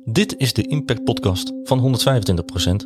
Dit is de Impact Podcast van 125%.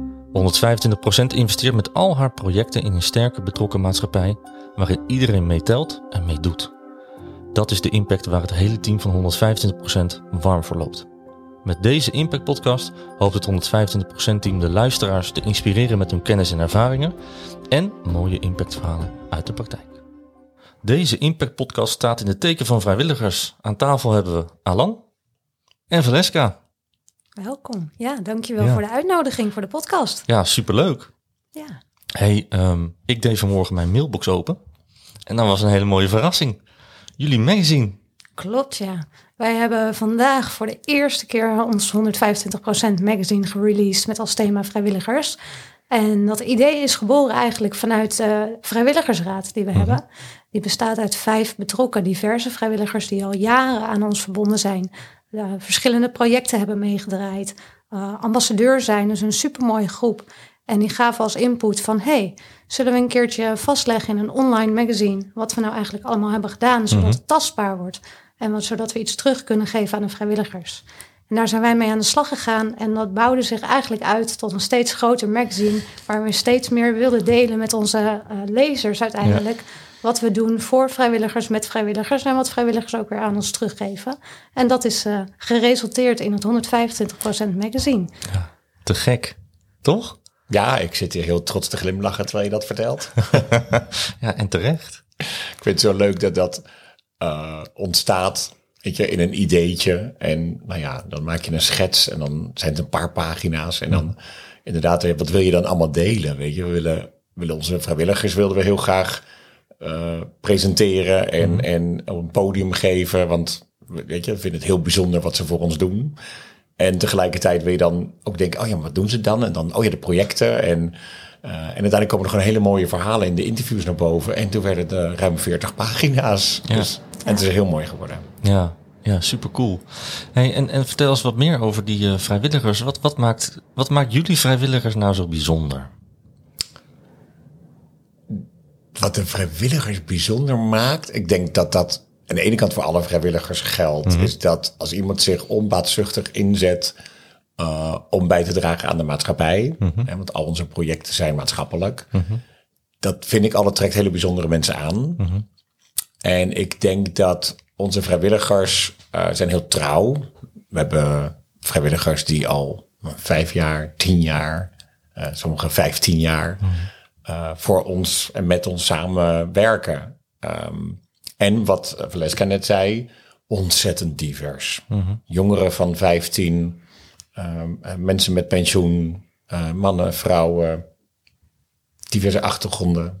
125% investeert met al haar projecten in een sterke betrokken maatschappij waarin iedereen meetelt en meedoet. Dat is de impact waar het hele team van 125% warm voor loopt. Met deze Impact Podcast hoopt het 125% team de luisteraars te inspireren met hun kennis en ervaringen en mooie impactverhalen uit de praktijk. Deze Impact Podcast staat in het teken van vrijwilligers. Aan tafel hebben we Alan en Valeska. Welkom. Ja, dankjewel voor de uitnodiging voor de podcast. Ja, superleuk. Ja. Hey, ik deed vanmorgen mijn mailbox open en dat was een hele mooie verrassing. Jullie magazine. Klopt, ja. Wij hebben vandaag voor de eerste keer ons 125% magazine gereleased met als thema vrijwilligers. En dat idee is geboren eigenlijk vanuit de vrijwilligersraad die we hebben. Die bestaat uit 5 betrokken diverse vrijwilligers die al jaren aan ons verbonden zijn. Verschillende projecten hebben meegedraaid. Ambassadeur zijn, dus een supermooie groep. En die gaven als input van, zullen we een keertje vastleggen in een online magazine wat we nou eigenlijk allemaal hebben gedaan, zodat het tastbaar wordt. En zodat we iets terug kunnen geven aan de vrijwilligers. En daar zijn wij mee aan de slag gegaan. En dat bouwde zich eigenlijk uit tot een steeds groter magazine, waar we steeds meer wilden delen met onze lezers uiteindelijk. Ja. Wat we doen voor vrijwilligers, met vrijwilligers en wat vrijwilligers ook weer aan ons teruggeven. En dat is geresulteerd in het 125% magazine. Ja, te gek, toch? Ja, ik zit hier heel trots te glimlachen terwijl je dat vertelt. Ja, en terecht. Ik vind het zo leuk dat dat ontstaat, weet je, in een ideetje. En nou ja, dan maak je een schets en dan zijn het een paar pagina's. En dan inderdaad, wat wil je dan allemaal delen? Weet je, we willen onze vrijwilligers wilden we heel graag presenteren en een podium geven. Want weet je, we vinden het heel bijzonder wat ze voor ons doen. En tegelijkertijd wil je dan ook denken, wat doen ze dan? En dan, de projecten. En uiteindelijk komen er gewoon hele mooie verhalen in de interviews naar boven. En toen werden het ruim 40 pagina's. Ja. Dus, en het is heel mooi geworden. Ja, super cool. Hey, en vertel eens wat meer over die vrijwilligers. Wat maakt jullie vrijwilligers nou zo bijzonder? Wat de vrijwilligers bijzonder maakt, ik denk dat aan de ene kant voor alle vrijwilligers geldt, is dat als iemand zich onbaatzuchtig inzet om bij te dragen aan de maatschappij, want al onze projecten zijn maatschappelijk, dat vind ik altijd trekt hele bijzondere mensen aan. En ik denk dat onze vrijwilligers zijn heel trouw. We hebben vrijwilligers die al 5 jaar, 10 jaar, sommige 15 jaar voor ons en met ons samen werken. En wat Valeska net zei, ontzettend divers. Jongeren van 15, mensen met pensioen, mannen, vrouwen, diverse achtergronden.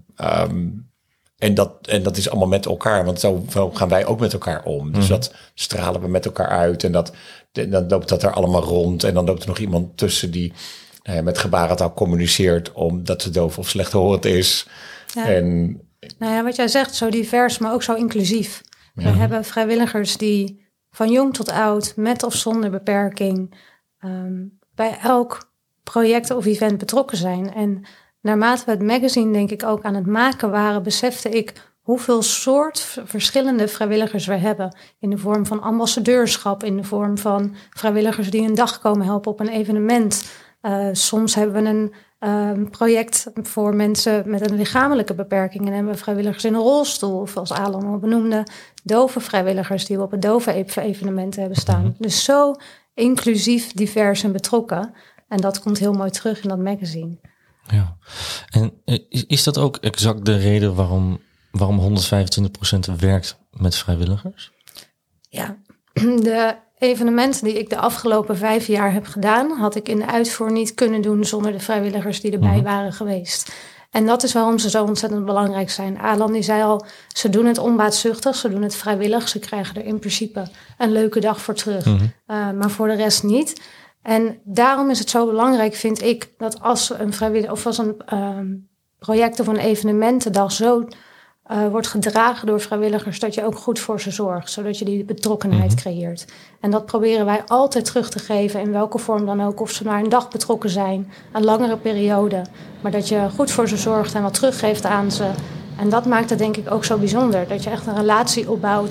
En dat is allemaal met elkaar, want zo gaan wij ook met elkaar om. Dus dat stralen we met elkaar uit en dan loopt dat er allemaal rond. En dan loopt er nog iemand tussen die met gebarentaal communiceert omdat ze doof of slechthorend is. Ja. En nou ja, wat jij zegt, zo divers, maar ook zo inclusief. We hebben vrijwilligers die van jong tot oud, met of zonder beperking, bij elk project of event betrokken zijn. En naarmate we het magazine denk ik ook aan het maken waren, besefte ik hoeveel soort verschillende vrijwilligers we hebben. In de vorm van ambassadeurschap, in de vorm van vrijwilligers die een dag komen helpen op een evenement. Soms hebben we een project voor mensen met een lichamelijke beperking en hebben we vrijwilligers in een rolstoel, of als Alan al benoemde, dove vrijwilligers die we op het dove evenementen hebben staan. Dus zo inclusief, divers en betrokken. En dat komt heel mooi terug in dat magazine. Ja, en is dat ook exact de reden waarom 125% werkt met vrijwilligers? Ja, de evenementen die ik de afgelopen 5 jaar heb gedaan, had ik in de uitvoer niet kunnen doen zonder de vrijwilligers die erbij waren geweest. En dat is waarom ze zo ontzettend belangrijk zijn. Alan die zei al, ze doen het onbaatzuchtig, ze doen het vrijwillig. Ze krijgen er in principe een leuke dag voor terug, maar voor de rest niet. En daarom is het zo belangrijk, vind ik, dat als een vrijwilliger of als een project of een evenementendag zo wordt gedragen door vrijwilligers, dat je ook goed voor ze zorgt, zodat je die betrokkenheid creëert. En dat proberen wij altijd terug te geven, in welke vorm dan ook, of ze maar een dag betrokken zijn, een langere periode, maar dat je goed voor ze zorgt en wat teruggeeft aan ze. En dat maakt het denk ik ook zo bijzonder, dat je echt een relatie opbouwt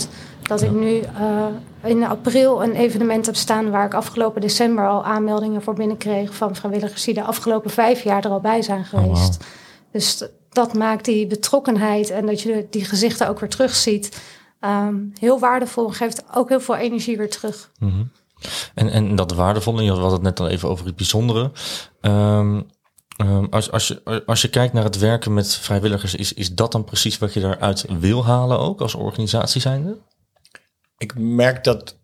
Dat ik nu in april een evenement heb staan waar ik afgelopen december al aanmeldingen voor binnenkreeg van vrijwilligers die de afgelopen 5 jaar er al bij zijn geweest. Wow. Dus dat maakt die betrokkenheid en dat je die gezichten ook weer terugziet heel waardevol en geeft ook heel veel energie weer terug. Mm-hmm. En dat waardevolle, je had het net al even over het bijzondere. Als je kijkt naar het werken met vrijwilligers, is dat dan precies wat je daaruit wil halen ook als organisatie zijnde? Ik merk dat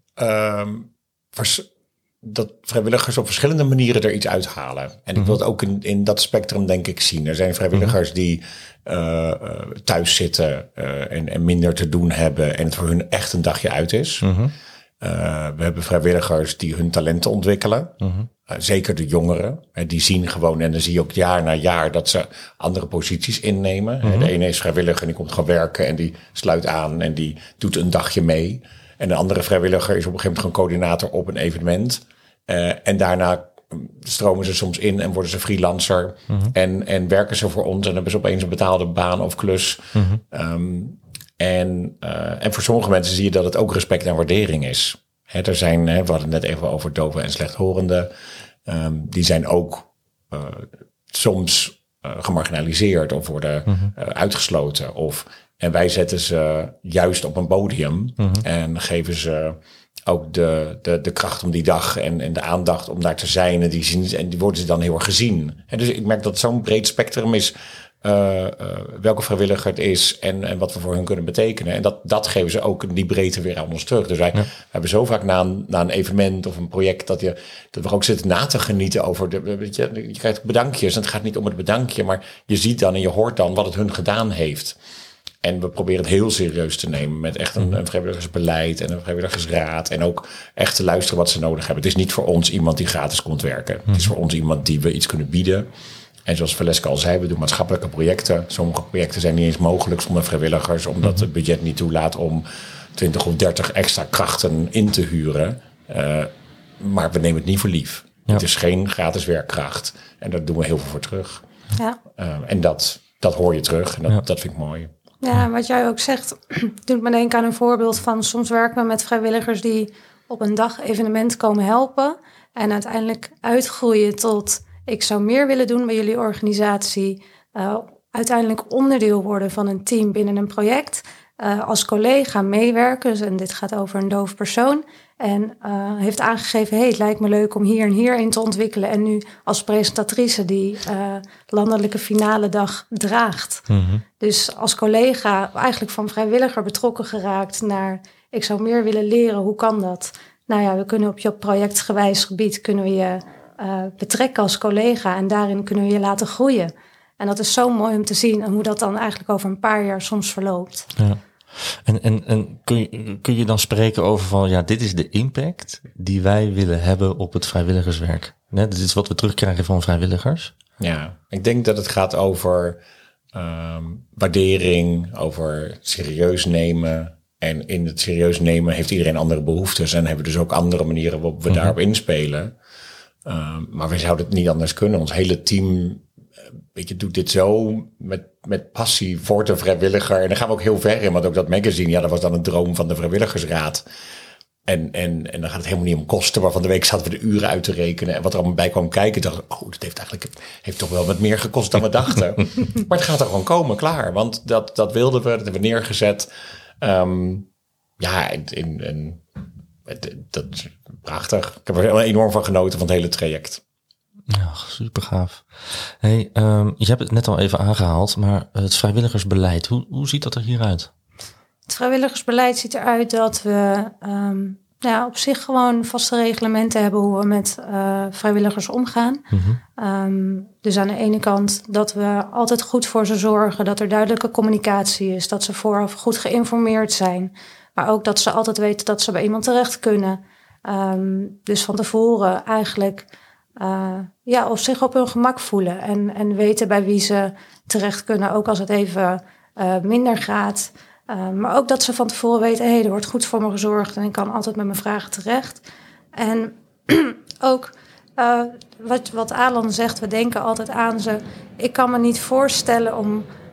vrijwilligers op verschillende manieren er iets uithalen. En ik wil het ook in dat spectrum denk ik zien. Er zijn vrijwilligers die thuis zitten en minder te doen hebben en het voor hun echt een dagje uit is. We hebben vrijwilligers die hun talenten ontwikkelen. Zeker de jongeren. Die zien gewoon, en dan zie je ook jaar na jaar dat ze andere posities innemen. De ene is vrijwilliger en die komt gewoon werken en die sluit aan en die doet een dagje mee. En de andere vrijwilliger is op een gegeven moment gewoon coördinator op een evenement. En daarna stromen ze soms in en worden ze freelancer. En werken ze voor ons en hebben ze opeens een betaalde baan of klus. En voor sommige mensen zie je dat het ook respect en waardering is. Er zijn, we hadden het net even over doven en slechthorenden. Die zijn ook soms gemarginaliseerd of worden uitgesloten. En wij zetten ze juist op een podium en geven ze ook de kracht om die dag en de aandacht om daar te zijn. En die worden ze dan heel erg gezien. En dus ik merk dat het zo'n breed spectrum is. Welke vrijwilliger het is en wat we voor hun kunnen betekenen. En dat geven ze ook in die breedte weer aan ons terug. Dus wij hebben zo vaak na een evenement of een project dat we ook zitten na te genieten over je krijgt bedankjes. En het gaat niet om het bedankje, maar je ziet dan en je hoort dan wat het hun gedaan heeft. En we proberen het heel serieus te nemen met echt een vrijwilligersbeleid en een vrijwilligersraad. En ook echt te luisteren wat ze nodig hebben. Het is niet voor ons iemand die gratis komt werken. Het is voor ons iemand die we iets kunnen bieden. En zoals Valeska al zei, we doen maatschappelijke projecten. Sommige projecten zijn niet eens mogelijk zonder vrijwilligers, omdat het budget niet toelaat om 20 of 30 extra krachten in te huren. Maar we nemen het niet voor lief. Ja. Het is geen gratis werkkracht. En daar doen we heel veel voor terug. Ja. En dat hoor je terug. En dat vind ik mooi. Ja, wat jij ook zegt, doet me denken aan een voorbeeld van soms werken we met vrijwilligers die op een dag evenement komen helpen. En uiteindelijk uitgroeien tot ik zou meer willen doen bij jullie organisatie. Uiteindelijk onderdeel worden van een team binnen een project. Als collega meewerken. En dit gaat over een doof persoon. En heeft aangegeven, het lijkt me leuk om hier en hier in te ontwikkelen. En nu als presentatrice die landelijke finale dag draagt. Dus als collega eigenlijk van vrijwilliger betrokken geraakt naar ik zou meer willen leren, hoe kan dat? Nou ja, we kunnen op je projectgewijs gebied kunnen we je betrekken als collega en daarin kunnen we je laten groeien. En dat is zo mooi om te zien en hoe dat dan eigenlijk over een paar jaar soms verloopt. Ja. En kun je dan spreken over van dit is de impact die wij willen hebben op het vrijwilligerswerk? Dit is wat we terugkrijgen van vrijwilligers. Ja, ik denk dat het gaat over waardering, over serieus nemen. En in het serieus nemen heeft iedereen andere behoeftes en hebben dus ook andere manieren waarop we daarop inspelen. Maar we zouden het niet anders kunnen. Ons hele team doet dit zo met passie voor de vrijwilliger. En daar gaan we ook heel ver in. Want ook dat magazine, dat was dan een droom van de vrijwilligersraad. En dan gaat het helemaal niet om kosten. Maar van de week zaten we de uren uit te rekenen. En wat er allemaal bij kwam kijken, dacht ik, dat heeft toch wel wat meer gekost dan we dachten. Maar het gaat er gewoon komen, klaar. Want dat wilden we, dat hebben we neergezet. Dat is prachtig. Ik heb er enorm van genoten van het hele traject. Ja, super gaaf. Hey, je hebt het net al even aangehaald, maar het vrijwilligersbeleid, hoe ziet dat er hieruit? Het vrijwilligersbeleid ziet eruit dat we op zich gewoon vaste reglementen hebben hoe we met vrijwilligers omgaan. Dus aan de ene kant dat we altijd goed voor ze zorgen, dat er duidelijke communicatie is, dat ze vooraf goed geïnformeerd zijn. Maar ook dat ze altijd weten dat ze bij iemand terecht kunnen. Dus van tevoren eigenlijk of zich op hun gemak voelen. En weten bij wie ze terecht kunnen. Ook als het even minder gaat. Maar ook dat ze van tevoren weten, er wordt goed voor me gezorgd. En ik kan altijd met mijn vragen terecht. En ook wat Alan zegt, we denken altijd aan ze. Ik kan me niet voorstellen om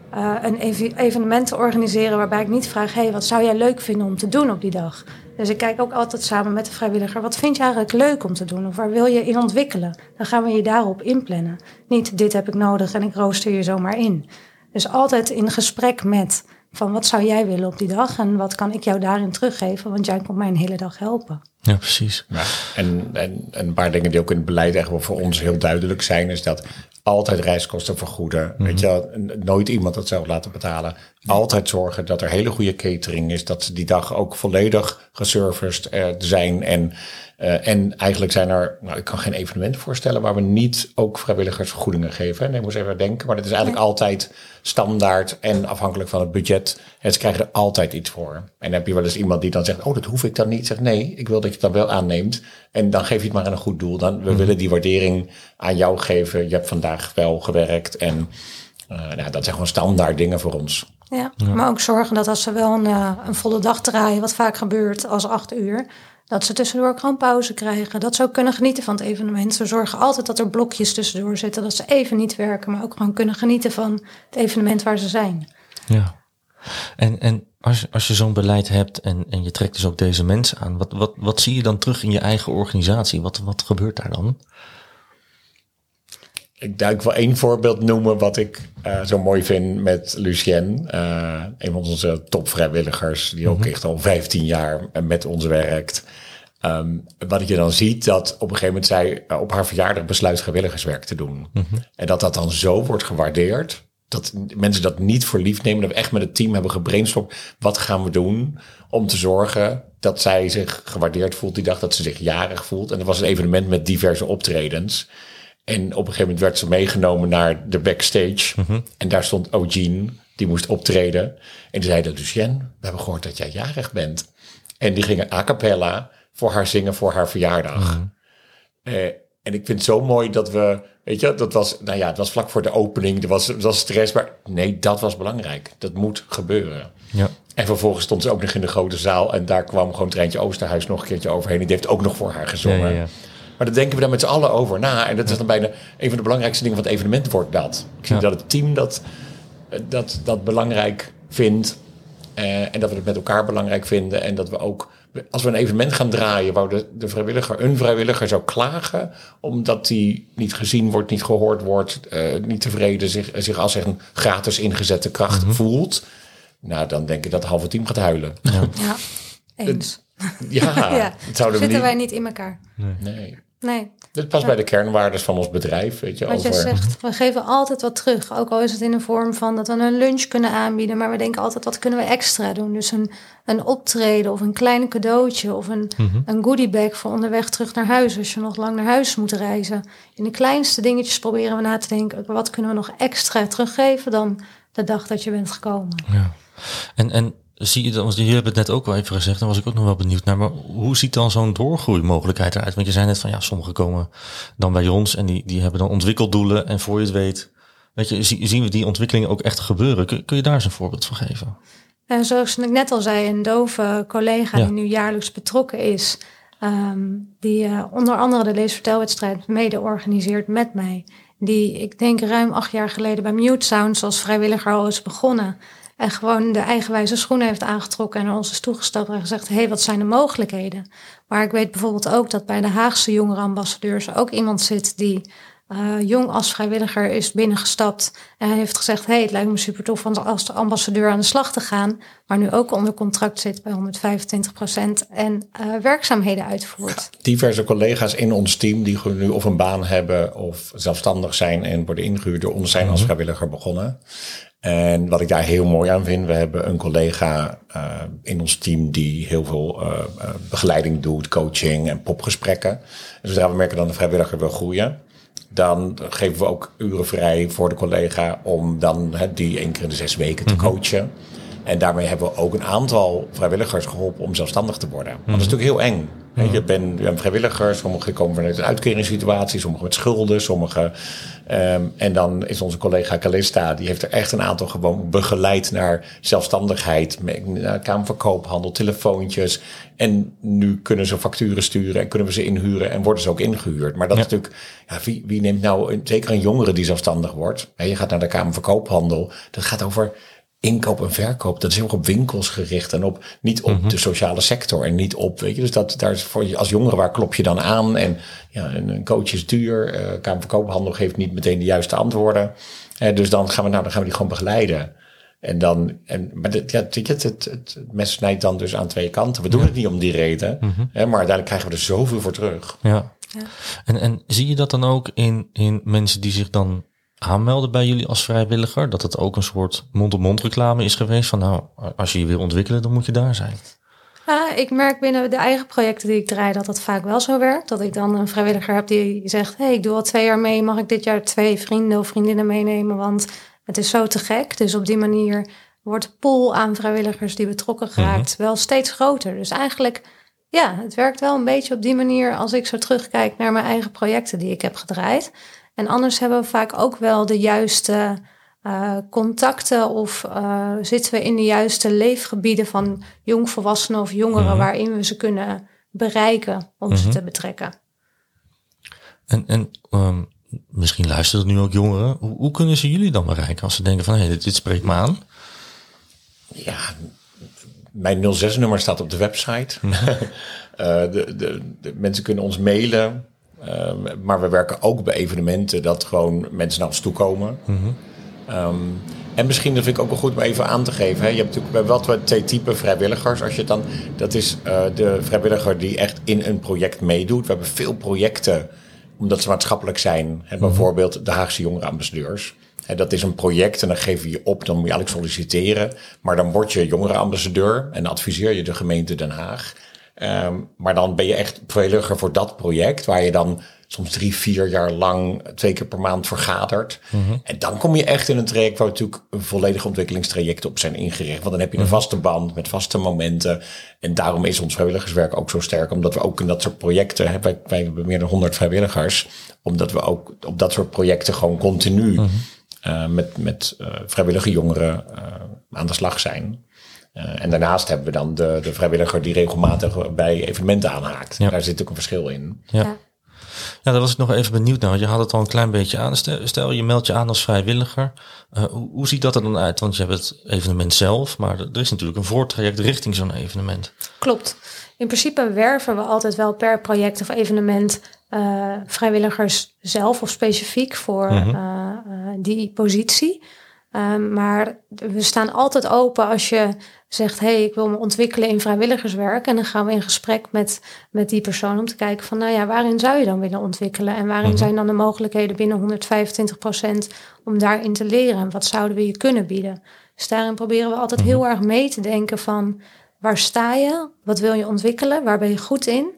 een evenement te organiseren waarbij ik niet vraag, wat zou jij leuk vinden om te doen op die dag? Dus ik kijk ook altijd samen met de vrijwilliger, wat vind je eigenlijk leuk om te doen? Of waar wil je in ontwikkelen? Dan gaan we je daarop inplannen. Niet, dit heb ik nodig en ik rooster je zomaar in. Dus altijd in gesprek met, van wat zou jij willen op die dag? En wat kan ik jou daarin teruggeven? Want jij komt mij een hele dag helpen. Ja, precies. Ja, en een paar dingen die ook in het beleid echt wel voor ons heel duidelijk zijn, is dat altijd reiskosten vergoeden. Weet je, nooit iemand dat zelf laten betalen. Altijd zorgen dat er hele goede catering is. Dat ze die dag ook volledig geserviced zijn. En eigenlijk zijn er, ik kan geen evenement voorstellen waar we niet ook vrijwilligersvergoedingen geven. Nee, moet even denken. Maar dat is eigenlijk altijd standaard en afhankelijk van het budget. En ze krijgen er altijd iets voor. En dan heb je wel eens iemand die dan zegt, dat hoef ik dan niet. Zegt, nee, ik wil dat je het dan wel aanneemt. En dan geef je het maar aan een goed doel. We willen die waardering aan jou geven. Je hebt vandaag wel gewerkt. En dat zijn gewoon standaard dingen voor ons. Ja, maar ook zorgen dat als ze wel een volle dag draaien, wat vaak gebeurt als 8 uur, dat ze tussendoor ook gewoon pauze krijgen. Dat ze ook kunnen genieten van het evenement. Ze zorgen altijd dat er blokjes tussendoor zitten. Dat ze even niet werken, maar ook gewoon kunnen genieten van het evenement waar ze zijn. Ja. En als je zo'n beleid hebt en je trekt dus ook deze mensen aan, wat zie je dan terug in je eigen organisatie? Wat gebeurt daar dan? Ik wil 1 voorbeeld noemen wat ik zo mooi vind met Lucien. Een van onze topvrijwilligers die ook echt al 15 jaar met ons werkt. Wat je dan ziet, dat op een gegeven moment zij op haar verjaardag besluit vrijwilligerswerk te doen. En dat dan zo wordt gewaardeerd. Dat mensen dat niet voor lief nemen. Dat we echt met het team hebben gebrainstormd. Wat gaan we doen om te zorgen dat zij zich gewaardeerd voelt die dag. Dat ze zich jarig voelt. En dat was een evenement met diverse optredens. En op een gegeven moment werd ze meegenomen naar de backstage. En daar stond Eugene, die moest optreden. En die zei, Lucien, we hebben gehoord dat jij jarig bent. En die gingen a cappella voor haar zingen voor haar verjaardag. En ik vind het zo mooi dat we, weet je, dat was, het was vlak voor de opening. Er was stress, maar nee, dat was belangrijk. Dat moet gebeuren. Ja. En vervolgens stond ze ook nog in de grote zaal. En daar kwam gewoon Treintje Oosterhuis nog een keertje overheen. Die heeft ook nog voor haar gezongen. Ja. Maar daar denken we dan met z'n allen over na. En dat is dan bijna een van de belangrijkste dingen van het evenement wordt dat. Ik zie dat het team dat belangrijk vindt. En dat we het met elkaar belangrijk vinden. En dat we ook, als we een evenement gaan draaien, waar een vrijwilliger zou klagen, omdat die niet gezien wordt, niet gehoord wordt, niet tevreden, zich als een gratis ingezette kracht voelt. Nou, dan denk ik dat het halve team gaat huilen. Ja, eens. Zitten wij niet in elkaar. Nee. Dit past bij de kernwaarden van ons bedrijf. Weet je, wat je zegt, we geven altijd wat terug. Ook al is het in de vorm van dat we een lunch kunnen aanbieden. Maar we denken altijd, wat kunnen we extra doen? Dus een optreden of een klein cadeautje. Of een goodiebag voor onderweg terug naar huis. Als je nog lang naar huis moet reizen. In de kleinste dingetjes proberen we na te denken. Wat kunnen we nog extra teruggeven dan de dag dat je bent gekomen? Ja. En zie je dan, jullie hebben het net ook al even gezegd, daar was ik ook nog wel benieuwd naar, maar hoe ziet dan zo'n doorgroeimogelijkheid eruit? Want je zei net van, sommigen komen dan bij ons en die hebben dan ontwikkeldoelen en voor je het weet zien we die ontwikkelingen ook echt gebeuren. Kun je daar eens een voorbeeld van geven? Zoals ik net al zei, een dove collega die nu jaarlijks betrokken is, die onder andere de leesvertelwedstrijd mede organiseert met mij, die ik denk ruim 8 jaar geleden bij Mute Sounds als vrijwilliger al is begonnen. En gewoon de eigenwijze schoenen heeft aangetrokken en naar ons is toegestapt en gezegd, wat zijn de mogelijkheden? Maar ik weet bijvoorbeeld ook dat bij de Haagse jongerenambassadeurs ook iemand zit die jong als vrijwilliger is binnengestapt. En hij heeft gezegd, het lijkt me super tof om als ambassadeur aan de slag te gaan. Maar nu ook onder contract zit bij 125% en werkzaamheden uitvoert. Diverse collega's in ons team die nu of een baan hebben of zelfstandig zijn en worden ingehuurd door ons zijn als vrijwilliger begonnen. En wat ik daar heel mooi aan vind, we hebben een collega in ons team die heel veel begeleiding doet, coaching en popgesprekken. En zodra we merken dat een vrijwilliger wil groeien, dan geven we ook uren vrij voor de collega om dan die 1 keer in de 6 weken te coachen. En daarmee hebben we ook een aantal vrijwilligers geholpen om zelfstandig te worden. Want dat is natuurlijk heel eng. Je bent vrijwilliger, sommigen komen vanuit een uitkeringssituatie, sommigen met schulden, sommigen... en dan is onze collega Calista, die heeft er echt een aantal gewoon begeleid naar zelfstandigheid, naar kamerverkoophandel, telefoontjes. En nu kunnen ze facturen sturen en kunnen we ze inhuren en worden ze ook ingehuurd. Maar dat is natuurlijk, wie neemt nou, zeker een jongere die zelfstandig wordt. Je gaat naar de kamerverkoophandel, dat gaat over inkoop en verkoop. Dat is heel erg op winkels gericht en niet op de sociale sector en niet op, dus daar is voor je als jongere, waar klop je dan aan? En een coach is duur, kamerverkoophandel geeft niet meteen de juiste antwoorden. Dus dan gaan we die gewoon begeleiden. Maar het mes snijdt dan dus aan twee kanten. We doen het niet om die reden, maar uiteindelijk krijgen we er zoveel voor terug. Ja. En zie je dat dan ook in mensen die zich dan aanmelden bij jullie als vrijwilliger? Dat het ook een soort mond-op-mond reclame is geweest van als je je wil ontwikkelen, dan moet je daar zijn. Ja, ik merk binnen de eigen projecten die ik draai dat het vaak wel zo werkt. Dat ik dan een vrijwilliger heb die zegt, ik doe al 2 jaar mee, mag ik dit jaar 2 vrienden of vriendinnen meenemen, want het is zo te gek. Dus op die manier wordt de pool aan vrijwilligers die betrokken geraakt wel steeds groter. Dus eigenlijk, het werkt wel een beetje op die manier als ik zo terugkijk naar mijn eigen projecten die ik heb gedraaid. En anders hebben we vaak ook wel de juiste contacten of zitten we in de juiste leefgebieden van jongvolwassenen of jongeren waarin we ze kunnen bereiken om ze te betrekken. En misschien luisteren nu ook jongeren. Hoe kunnen ze jullie dan bereiken als ze denken van dit spreekt me aan? Ja, mijn 06-nummer staat op de website. De mensen kunnen ons mailen. Maar we werken ook bij evenementen dat gewoon mensen naar ons toe komen. En misschien, dat vind ik ook wel goed om even aan te geven. Je hebt natuurlijk bij 2 typen vrijwilligers. Dat is de vrijwilliger die echt in een project meedoet. We hebben veel projecten omdat ze maatschappelijk zijn. Bijvoorbeeld de Haagse jongerenambassadeurs. Dat is een project en dan geef je op, dan moet je eigenlijk solliciteren. Maar dan word je jongerenambassadeur en adviseer je de gemeente Den Haag. Maar dan ben je echt vrijwilliger voor dat project, waar je dan soms 3-4 jaar lang 2 keer per maand vergadert. En dan kom je echt in een traject waar natuurlijk een volledige ontwikkelingstraject op zijn ingericht. Want dan heb je een vaste band met vaste momenten. En daarom is ons vrijwilligerswerk ook zo sterk, omdat we ook in dat soort projecten hebben. Wij hebben meer dan 100 vrijwilligers, omdat we ook op dat soort projecten gewoon continu met vrijwillige jongeren aan de slag zijn. En daarnaast hebben we dan de vrijwilliger die regelmatig bij evenementen aanhaakt. Ja. Daar zit ook een verschil in. Ja, daar was ik nog even benieuwd naar. Want je had het al een klein beetje aan. Stel, je meldt je aan als vrijwilliger. Hoe ziet dat er dan uit? Want je hebt het evenement zelf, maar er is natuurlijk een voortraject richting zo'n evenement. Klopt. In principe werven we altijd wel per project of evenement vrijwilligers zelf of specifiek voor die positie. Maar we staan altijd open als je zegt, ik wil me ontwikkelen in vrijwilligerswerk. En dan gaan we in gesprek met die persoon om te kijken van, waarin zou je dan willen ontwikkelen? En waarin zijn dan de mogelijkheden binnen 125% om daarin te leren? En wat zouden we je kunnen bieden? Dus daarin proberen we altijd heel erg mee te denken van, waar sta je? Wat wil je ontwikkelen? Waar ben je goed in?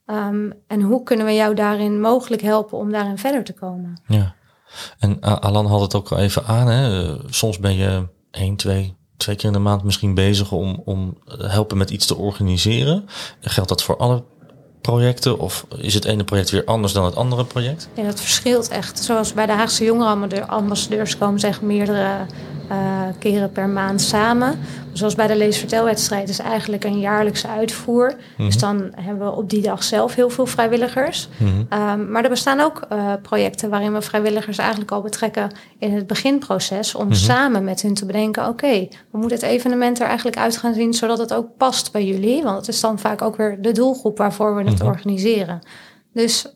En hoe kunnen we jou daarin mogelijk helpen om daarin verder te komen? Ja. En Alan had het ook al even aan. Soms ben je 2 keer in de maand misschien bezig om helpen met iets te organiseren. Geldt dat voor alle projecten of is het ene project weer anders dan het andere project? Ja, dat verschilt echt. Zoals bij de Haagse jongerenambassadeurs komen ze echt meerdere keren per maand samen. Zoals bij de leesvertelwedstrijd is eigenlijk een jaarlijkse uitvoer. Dus dan hebben we op die dag zelf heel veel vrijwilligers. Maar er bestaan ook projecten waarin we vrijwilligers eigenlijk al betrekken in het beginproces. Om samen met hun te bedenken, hoe moet het evenement er eigenlijk uit gaan zien zodat het ook past bij jullie? Want het is dan vaak ook weer de doelgroep waarvoor we het organiseren. Dus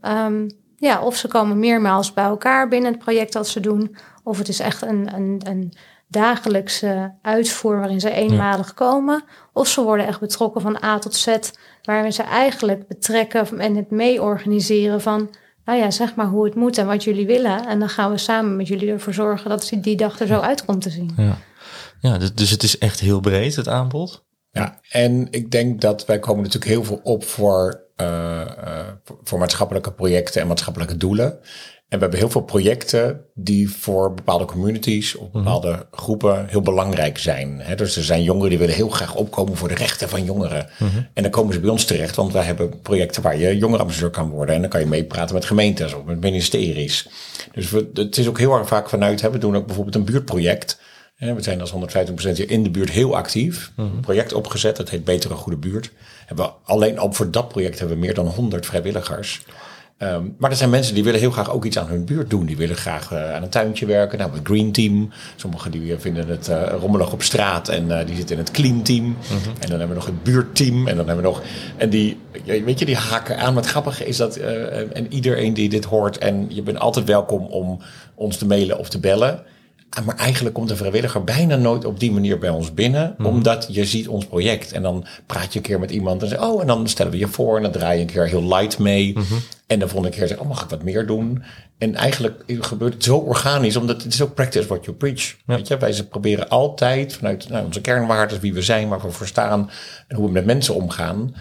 of ze komen meermaals bij elkaar binnen het project dat ze doen. Of het is echt een dagelijkse uitvoer waarin ze eenmalig komen. Of ze worden echt betrokken van A tot Z, waarin ze eigenlijk betrekken en het mee organiseren van, zeg maar hoe het moet en wat jullie willen. En dan gaan we samen met jullie ervoor zorgen dat die dag er zo uit komt te zien. Ja, dus het is echt heel breed, het aanbod. Ja, en ik denk dat wij komen natuurlijk heel veel op voor maatschappelijke projecten en maatschappelijke doelen. En we hebben heel veel projecten die voor bepaalde communities of bepaalde groepen heel belangrijk zijn. Dus er zijn jongeren die willen heel graag opkomen voor de rechten van jongeren. En dan komen ze bij ons terecht, want wij hebben projecten waar je jongerenambassadeur kan worden. En dan kan je meepraten met gemeentes of met ministeries. Dus het is ook heel erg vaak vanuit, we doen ook bijvoorbeeld een buurtproject. We zijn als 150% hier in de buurt heel actief. Een project opgezet, dat heet Betere Goede Buurt. Alleen al voor dat project hebben we meer dan 100 vrijwilligers. Maar er zijn mensen die willen heel graag ook iets aan hun buurt doen. Die willen graag aan een tuintje werken. Nou, het Green Team. Sommigen die vinden het rommelig op straat en die zitten in het Clean Team. En dan hebben we nog het buurtteam. En dan hebben we nog... En die haken aan. Maar het grappige is dat... en iedereen die dit hoort... En je bent altijd welkom om ons te mailen of te bellen... Maar eigenlijk komt een vrijwilliger bijna nooit op die manier bij ons binnen. Omdat je ziet ons project. En dan praat je een keer met iemand. En zeg, en dan stellen we je voor. En dan draai je een keer heel light mee. En de volgende keer zeg mag ik wat meer doen? En eigenlijk gebeurt het zo organisch. Omdat het is ook practice what you preach. Ja. Weet je? Wij proberen altijd vanuit onze kernwaarden. Wie we zijn, waar we voor staan. En hoe we met mensen omgaan.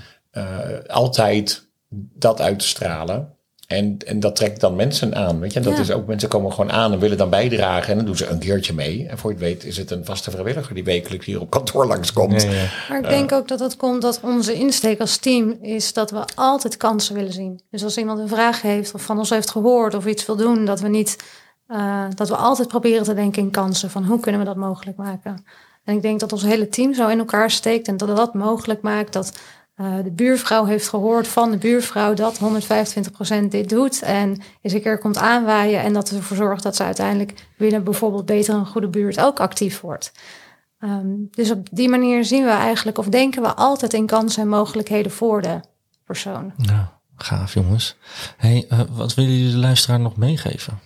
Altijd dat uit te stralen. En dat trekt dan mensen aan, weet je. En dat is ook, mensen komen gewoon aan en willen dan bijdragen. En dan doen ze een keertje mee. En voor je het weet is het een vaste vrijwilliger die wekelijks hier op kantoor langskomt. Ja. Maar ik denk ook dat het komt dat onze insteek als team is dat we altijd kansen willen zien. Dus als iemand een vraag heeft of van ons heeft gehoord of iets wil doen, dat we niet, dat we altijd proberen te denken in kansen. Van hoe kunnen we dat mogelijk maken? En ik denk dat ons hele team zo in elkaar steekt en dat mogelijk maakt dat... de buurvrouw heeft gehoord van de buurvrouw dat 125% dit doet. En eens een keer komt aanwaaien en dat ervoor zorgt dat ze uiteindelijk binnen bijvoorbeeld Beter een Goede Buurt ook actief wordt. Dus op die manier zien we eigenlijk of denken we altijd in kansen en mogelijkheden voor de persoon. Nou, gaaf jongens. Hey, wat willen jullie de luisteraar nog meegeven?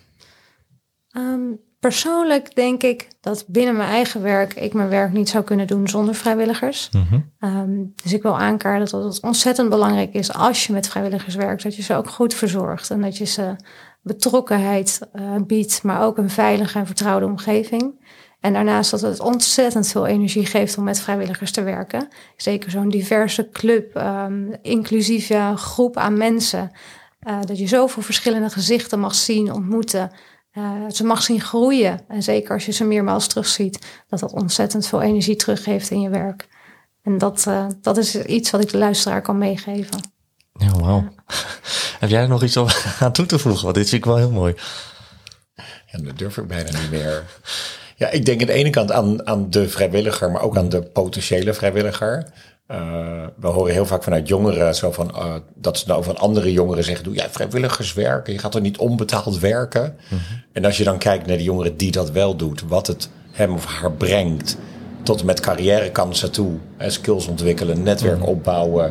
Persoonlijk denk ik dat binnen mijn eigen werk... ik mijn werk niet zou kunnen doen zonder vrijwilligers. Dus ik wil aankaarten dat het ontzettend belangrijk is... als je met vrijwilligers werkt, dat je ze ook goed verzorgt. En dat je ze betrokkenheid biedt... maar ook een veilige en vertrouwde omgeving. En daarnaast dat het ontzettend veel energie geeft... om met vrijwilligers te werken. Zeker zo'n diverse club, inclusieve groep aan mensen... dat je zoveel verschillende gezichten mag zien, ontmoeten... ze mag zien groeien. En zeker als je ze meermaals terugziet... dat ontzettend veel energie teruggeeft in je werk. En dat is iets wat ik de luisteraar kan meegeven. Ja, wauw. Heb jij er nog iets aan toe te voegen? Want dit vind ik wel heel mooi. Ja, dat durf ik bijna niet meer. Ja, ik denk aan de ene kant aan de vrijwilliger... maar ook aan de potentiële vrijwilliger... we horen heel vaak vanuit jongeren zo van dat ze nou van andere jongeren zeggen: doe jij vrijwilligerswerk? Je gaat er niet onbetaald werken. En als je dan kijkt naar de jongeren die dat wel doet, wat het hem of haar brengt, tot en met carrièrekansen toe, skills ontwikkelen, netwerk opbouwen.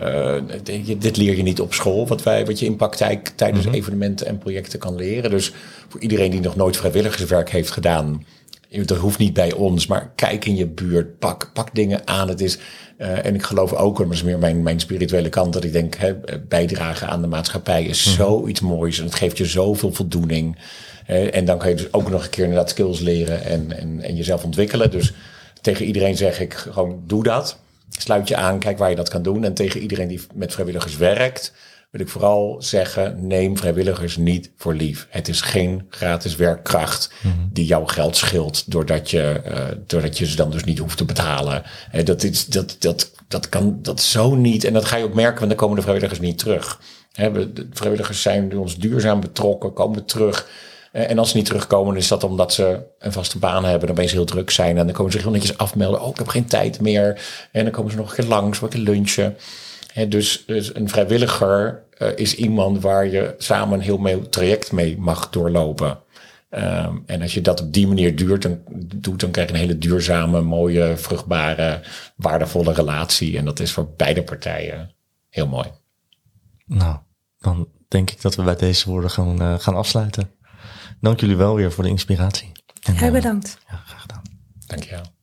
Dit leer je niet op school, wat je in praktijk tijdens evenementen en projecten kan leren. Dus voor iedereen die nog nooit vrijwilligerswerk heeft gedaan, dat hoeft niet bij ons, maar kijk in je buurt, pak dingen aan. Het is, en ik geloof ook, maar dat is meer mijn spirituele kant, dat ik denk, bijdragen aan de maatschappij is zoiets moois en het geeft je zoveel voldoening. En dan kan je dus ook nog een keer inderdaad skills leren en jezelf ontwikkelen. Dus tegen iedereen zeg ik gewoon, doe dat. Sluit je aan, kijk waar je dat kan doen. En tegen iedereen die met vrijwilligers werkt, wil ik vooral zeggen, neem vrijwilligers niet voor lief. Het is geen gratis werkkracht die jouw geld scheelt doordat je ze dan dus niet hoeft te betalen. Dat kan zo niet. En dat ga je ook merken, want dan komen de vrijwilligers niet terug. De vrijwilligers zijn bij ons duurzaam betrokken, komen terug. En als ze niet terugkomen, is dat omdat ze een vaste baan hebben, dan opeens heel druk zijn. En dan komen ze heel netjes afmelden. Ik heb geen tijd meer. En dan komen ze nog een keer langs, een keer lunchen. Dus een vrijwilliger is iemand waar je samen een heel traject mee mag doorlopen. En als je dat op die manier doet, dan krijg je een hele duurzame, mooie, vruchtbare, waardevolle relatie. En dat is voor beide partijen heel mooi. Nou, dan denk ik dat we bij deze woorden gaan afsluiten. Dank jullie wel weer voor de inspiratie. En, bedankt. Ja, graag gedaan. Dank je wel.